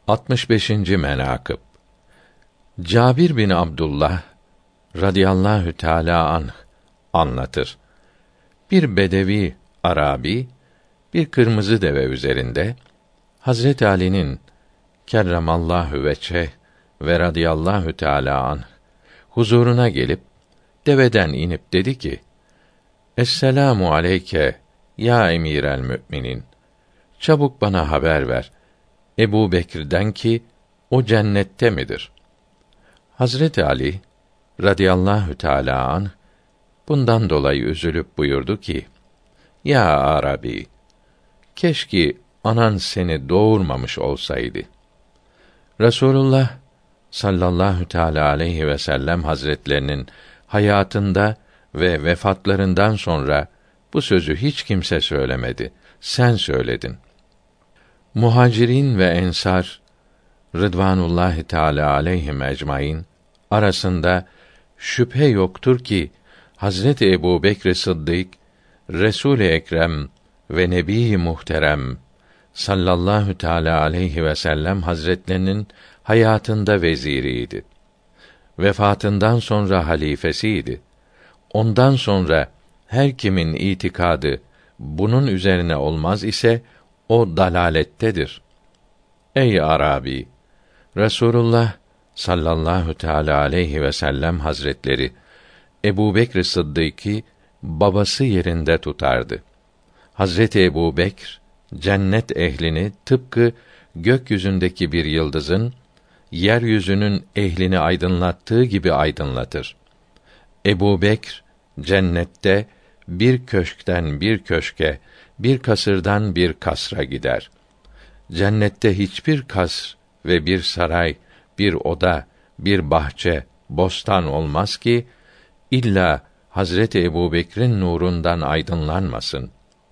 65. menakıb Cabir bin Abdullah radıyallahu teâlâ anh anlatır. Bir bedevi Arabi bir kırmızı deve üzerinde Hazret Ali'nin kerremallahu veçheh ve radıyallahu teâlâ anh huzuruna gelip deveden inip dedi ki: Esselamu aleyke ya emirel müminin. Çabuk bana haber ver. Ebubekir'den ki o cennette midir? Hazreti Ali radıyallahu teâlâ anh bundan dolayı üzülüp buyurdu ki: Ya Arabi, keşke anan seni doğurmamış olsaydı. Resulullah sallallahu teâlâ aleyhi ve sellem hazretlerinin hayatında ve vefatlarından sonra bu sözü hiç kimse söylemedi. Sen söyledin. Muhacirin ve ensar Rıdvanullahi Teâlâ aleyhim ecmaîn arasında şüphe yoktur ki Hazreti Ebubekr Sıddık Resul-i Ekrem ve Nebi-i Muhterem sallallahu teâlâ aleyhi ve sellem hazretlerinin hayatında veziriydi. Vefatından sonra halifesiydi. Ondan sonra her kimin itikadı bunun üzerine olmaz ise o dalalettedir. Ey Arabi, Resulullah sallallahu teâlâ aleyhi ve sellem hazretleri Ebubekr Sıddık'ı babası yerinde tutardı. Hazreti Ebubekr cennet ehlini tıpkı gökyüzündeki bir yıldızın yeryüzünün ehlini aydınlattığı gibi aydınlatır. Ebubekr cennette bir köşkten bir köşke, bir kasırdan bir kasra gider. Cennette hiçbir kasr ve bir saray, bir oda, bir bahçe, bostan olmaz ki illa Hazreti Ebubekr'in nurundan aydınlanmasın.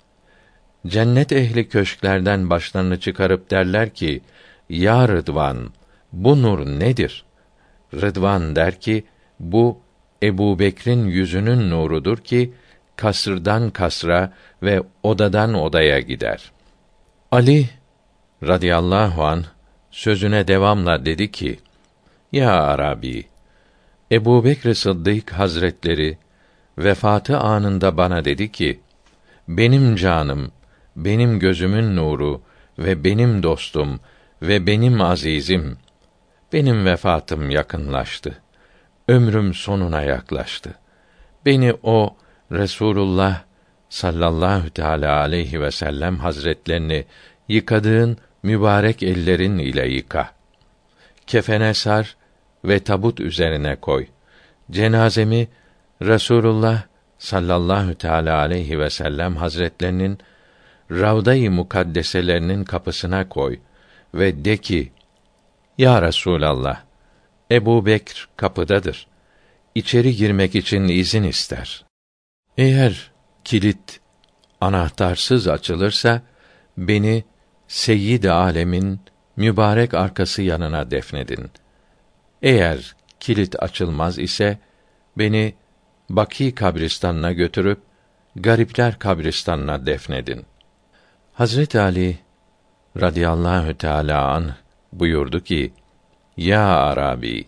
Cennet ehli köşklerden başlarını çıkarıp derler ki: Ya Rıdvan, bu nur nedir? Rıdvan der ki: Bu Ebubekr'in yüzünün nurudur ki kasırdan kasra ve odadan odaya gider. Ali radıyallahu anh sözüne devamla dedi ki: Ya Arabi, Ebubekr Sıddık Hazretleri vefatı anında bana dedi ki: Benim canım, benim gözümün nuru ve benim dostum ve benim azizim, benim vefatım yakınlaştı. Ömrüm sonuna yaklaştı. Beni o Resulullah sallallahu teâlâ aleyhi ve sellem hazretlerini yıkadığın mübarek ellerin ile yıka. Kefene sar ve tabut üzerine koy. Cenazemi Resulullah sallallahu teâlâ aleyhi ve sellem hazretlerinin Ravda-i Mukaddeselerinin kapısına koy ve de ki: Ya Resulallah, Ebubekr kapıdadır. İçeri girmek için izin ister. Eğer kilit anahtarsız açılırsa beni Seyyid-i Âlem'in mübarek arkası yanına defnedin. Eğer kilit açılmaz ise beni Bakî kabristanına götürüp Garipler kabristanına defnedin. Hazret Ali radıyallahu teâlâ anh buyurdu ki: Ya Arabi,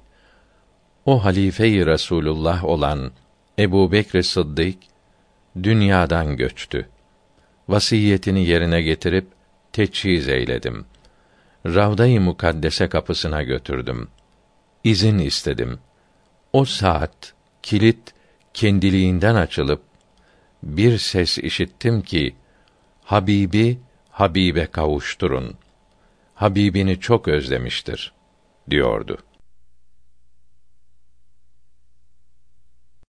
o halife-i Resulullah olan Ebubekr Sıddık dünyadan göçtü. Vasiyetini yerine getirip teçhiz eyledim. Ravda-i Mukaddese kapısına götürdüm. İzin istedim. O saat kilit kendiliğinden açılıp bir ses işittim ki: Habibi Habibe kavuşturun. Habibini çok özlemiştir diyordu.